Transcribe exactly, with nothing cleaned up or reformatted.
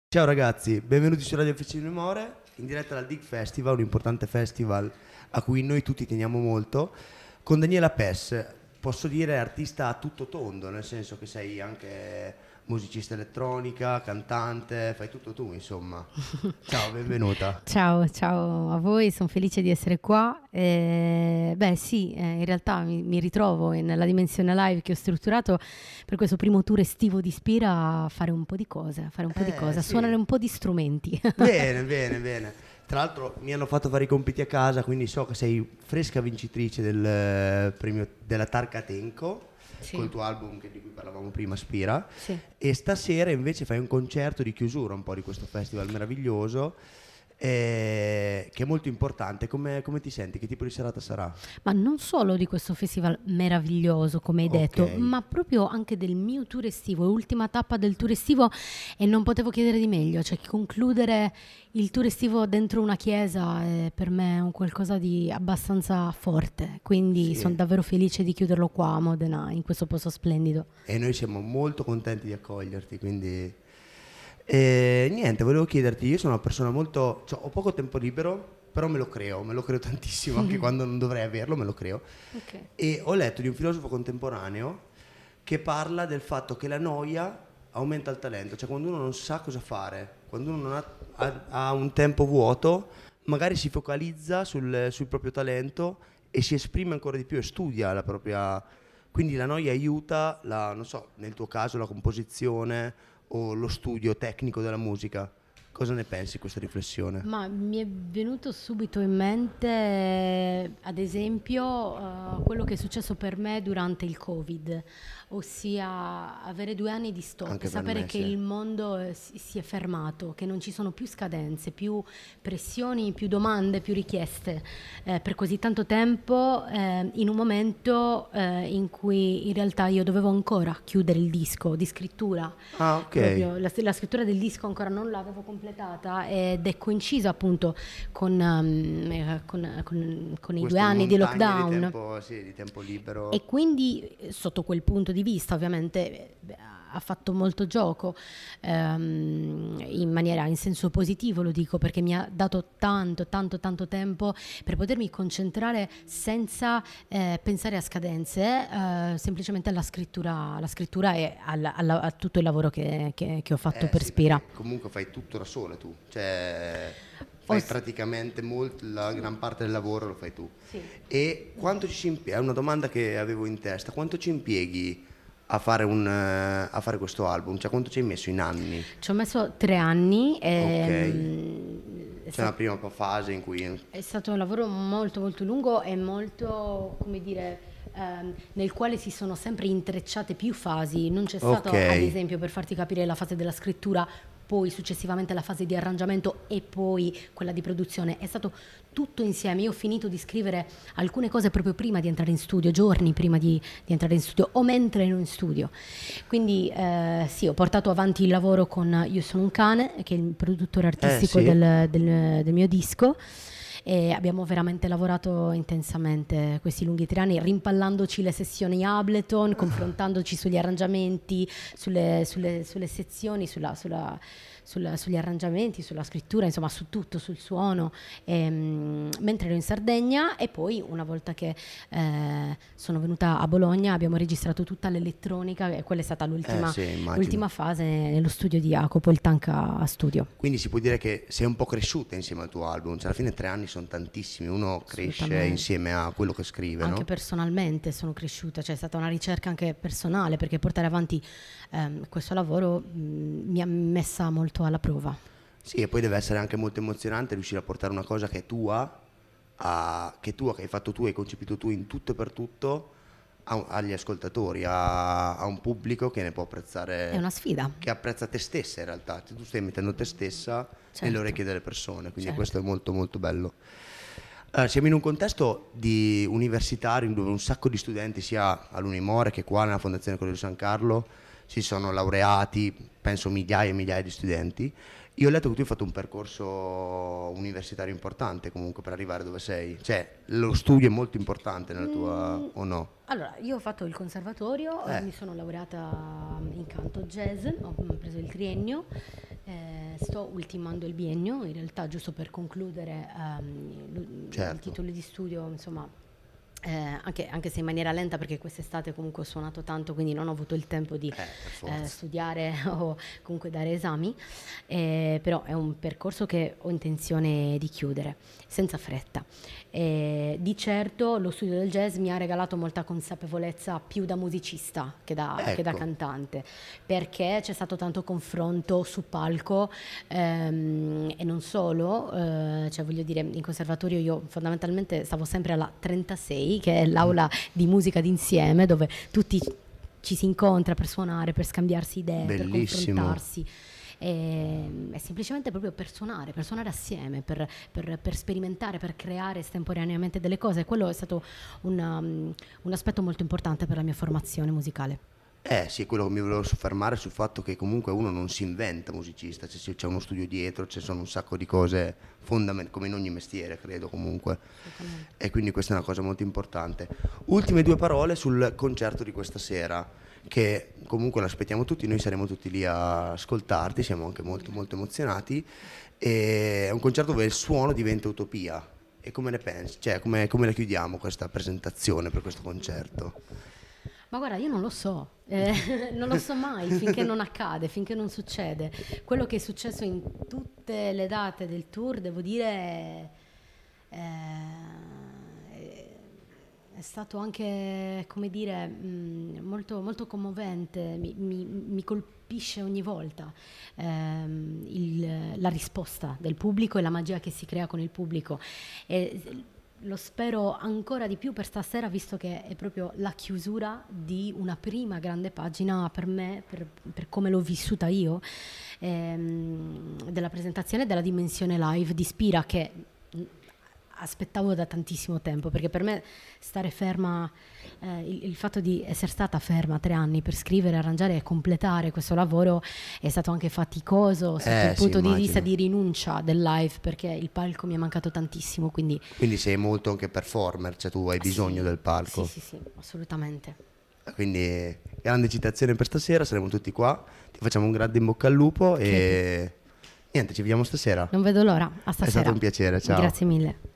Ciao ragazzi, benvenuti su Radio Officina Memoria, in diretta dal Dig Festival, un importante festival a cui noi tutti teniamo molto, con Daniela Pes. Posso dire artista a tutto tondo, nel senso che sei anche musicista elettronica, cantante, fai tutto tu, insomma. Ciao, benvenuta. Ciao, ciao a voi, sono felice di essere qua. Eh, beh sì, eh, in realtà mi, mi ritrovo nella dimensione live che ho strutturato per questo primo tour estivo di Spira a fare un po' di cose, a fare un po' di Eh, cose, a sì. suonare un po' di strumenti. Bene, bene, bene. Tra l'altro mi hanno fatto fare i compiti a casa, quindi so che sei fresca vincitrice del eh, premio della Tarkatenko, Sì. col tuo album che- di cui parlavamo prima, Spira. Sì. E stasera invece fai un concerto di chiusura un po' di questo festival meraviglioso, eh, che è molto importante. Come, come ti senti? Che tipo di serata sarà? Ma non solo di questo festival meraviglioso, come hai detto, Ok. ma proprio anche del mio tour estivo, ultima tappa del tour estivo, e non potevo chiedere di meglio, cioè concludere il tour estivo dentro una chiesa è per me un qualcosa di abbastanza forte, quindi Sì. sono davvero felice di chiuderlo qua a Modena, in questo posto splendido. E noi siamo molto contenti di accoglierti, quindi e niente, volevo chiederti, io sono una persona molto, cioè, ho poco tempo libero, però me lo creo, me lo creo tantissimo, anche quando non dovrei averlo, me lo creo. Ok. E ho letto di un filosofo contemporaneo che parla del fatto che la noia aumenta il talento, cioè quando uno non sa cosa fare, quando uno non ha, ha- ha un tempo vuoto, magari si focalizza sul, sul proprio talento e si esprime ancora di più e studia la propria. Quindi la noia aiuta, la, non so, nel tuo caso la composizione o lo studio tecnico della musica. Cosa ne pensi di questa riflessione? Ma mi è venuto subito in mente, ad esempio, eh, quello che è successo per me durante il Covid, ossia avere due anni di stop, Anche per sapere me, che sì. il mondo eh, si, si è fermato, che non ci sono più scadenze, più pressioni, più domande, più richieste eh, per così tanto tempo, eh, in un momento eh, in cui in realtà io dovevo ancora chiudere il disco di scrittura. Ah, ok. Proprio la, la scrittura del disco ancora non l'avevo completata ed è coincisa appunto con, um, eh, con, con- con i due Queste anni di montagne lockdown. Di tempo, sì, di tempo libero. E quindi eh, sotto quel punto di vista ovviamente eh, ha fatto molto gioco, ehm, in maniera, in senso positivo lo dico, perché mi ha dato tanto tanto tanto tempo per potermi concentrare senza eh, pensare a scadenze, eh, semplicemente alla scrittura, alla scrittura e alla- alla- a tutto il lavoro che, che- che ho fatto Eh, per sì, Spira. perché comunque fai tutto da sola tu, cioè fai Os- praticamente molt- la gran parte del lavoro lo fai tu. Sì. E quanto ci si impiega? È una domanda che avevo in testa, quanto ci impieghi a fare, un, eh, a fare questo album? Cioè quanto ci hai messo in anni? Ci ho messo tre anni. ehm, è C'è sta- una prima fase in cui. È stato un lavoro molto molto lungo e molto, come dire, ehm, nel quale si sono sempre intrecciate più fasi. Non c'è stato, Ok. ad esempio, per farti capire, la fase della scrittura, poi successivamente la fase di arrangiamento e poi quella di produzione. È stato tutto insieme. Io ho finito di scrivere alcune cose proprio prima di entrare in studio, giorni prima di, di entrare in studio o mentre ero in studio. Quindi eh, sì, ho portato avanti il lavoro con Io sono un cane, che è il produttore artistico sì. del, del- del mio disco. E abbiamo veramente lavorato intensamente questi lunghi tre anni, rimpallandoci le sessioni Ableton, confrontandoci sugli arrangiamenti, sulle, sulle- sulle sezioni, sulla- sulla- sulla- sugli arrangiamenti, sulla scrittura, insomma su tutto, sul suono, ehm, mentre ero in Sardegna. E poi una volta che eh, sono venuta a Bologna abbiamo registrato tutta l'elettronica e quella è stata l'ultima, Eh, sì, immagino. l'ultima fase nello studio di Jacopo, il Tanca Studio. Quindi si può dire che sei un po' cresciuta insieme al tuo album, cioè alla fine tre anni sono tantissimi, uno cresce Assolutamente. insieme a quello che scrive, Anche no? personalmente sono cresciuta, cioè è stata una ricerca anche personale, perché portare avanti ehm, questo lavoro mh, mi ha messa molto alla prova. Sì, e poi deve essere anche molto emozionante riuscire a portare una cosa che è tua, a- che è tua, che hai fatto tu, hai concepito tu in tutto e per tutto, a- agli ascoltatori, a, a un pubblico che ne può apprezzare, È una sfida. che apprezza te stessa in realtà. Tu stai mettendo te stessa Certo. nelle orecchie delle persone, quindi Certo. questo è molto molto bello. Eh, siamo in un contesto di universitario dove un sacco di studenti, sia all'Unimore che qua nella Fondazione Collegio San Carlo, si sono laureati, penso migliaia e migliaia di studenti. Io ho letto che tu hai fatto un percorso universitario importante comunque per arrivare dove sei, cioè lo studio è molto importante nella tua, Mm, o no? Allora, io ho fatto il conservatorio, Eh. mi sono laureata in canto jazz, ho preso il triennio, eh, sto ultimando il biennio, in realtà giusto per concludere um, certo. il titolo di studio, insomma, eh, anche, anche se in maniera lenta, perché quest'estate comunque ho suonato tanto, quindi non ho avuto il tempo di eh, eh, studiare o comunque dare esami, eh, però è un percorso che ho intenzione di chiudere senza fretta. Eh, di certo lo studio del jazz mi ha regalato molta consapevolezza più da musicista che da, ecco. che da cantante, perché c'è stato tanto confronto su palco, ehm, e non solo, eh, cioè voglio dire, in conservatorio io fondamentalmente stavo sempre alla trentasei, che è l'aula di musica d'insieme dove tutti ci si incontra per suonare, per scambiarsi idee, Bellissimo. per confrontarsi. È, è semplicemente proprio per suonare, per suonare assieme, per, per, per sperimentare, per creare estemporaneamente delle cose. Quello è stato una, um, un aspetto molto importante per la mia formazione musicale. Eh sì, quello che mi volevo soffermare sul fatto che comunque uno non si inventa musicista, c'è, c'è uno studio dietro, ci sono un sacco di cose fondamentali, come in ogni mestiere credo comunque, e quindi questa è una cosa molto importante. Ultime due parole sul concerto di questa sera, che comunque l'aspettiamo tutti, noi saremo tutti lì a ascoltarti, siamo anche molto molto emozionati, e è un concerto dove il suono diventa utopia. E come ne pensi? Cioè come, come la chiudiamo questa presentazione per questo concerto? Ma guarda, io non lo so, eh, non lo so mai finché non accade, finché non succede. Quello che è successo in tutte le date del tour, devo dire, eh, è stato anche, come dire, mh, molto, molto commovente, mi, mi, mi colpisce ogni volta ehm, il, la risposta del pubblico e la magia che si crea con il pubblico. E, lo spero ancora di più per stasera, visto che è proprio la chiusura di una prima grande pagina per me, per, per come l'ho vissuta io, ehm, della presentazione della dimensione live di Spira, che aspettavo da tantissimo tempo, perché per me stare ferma, eh, il, il fatto di essere stata ferma tre anni per scrivere, arrangiare e completare questo lavoro è stato anche faticoso sotto eh, il punto sì, di vista di rinuncia del live, perché il palco mi è mancato tantissimo, quindi quindi sei molto anche performer, cioè tu hai bisogno sì, del palco. sì, sì, sì, assolutamente. Quindi grande citazione per stasera, saremo tutti qua, ti facciamo un grande in bocca al lupo, okay. E niente, ci vediamo stasera. Non vedo l'ora, a stasera. È stato un piacere, ciao. Grazie mille.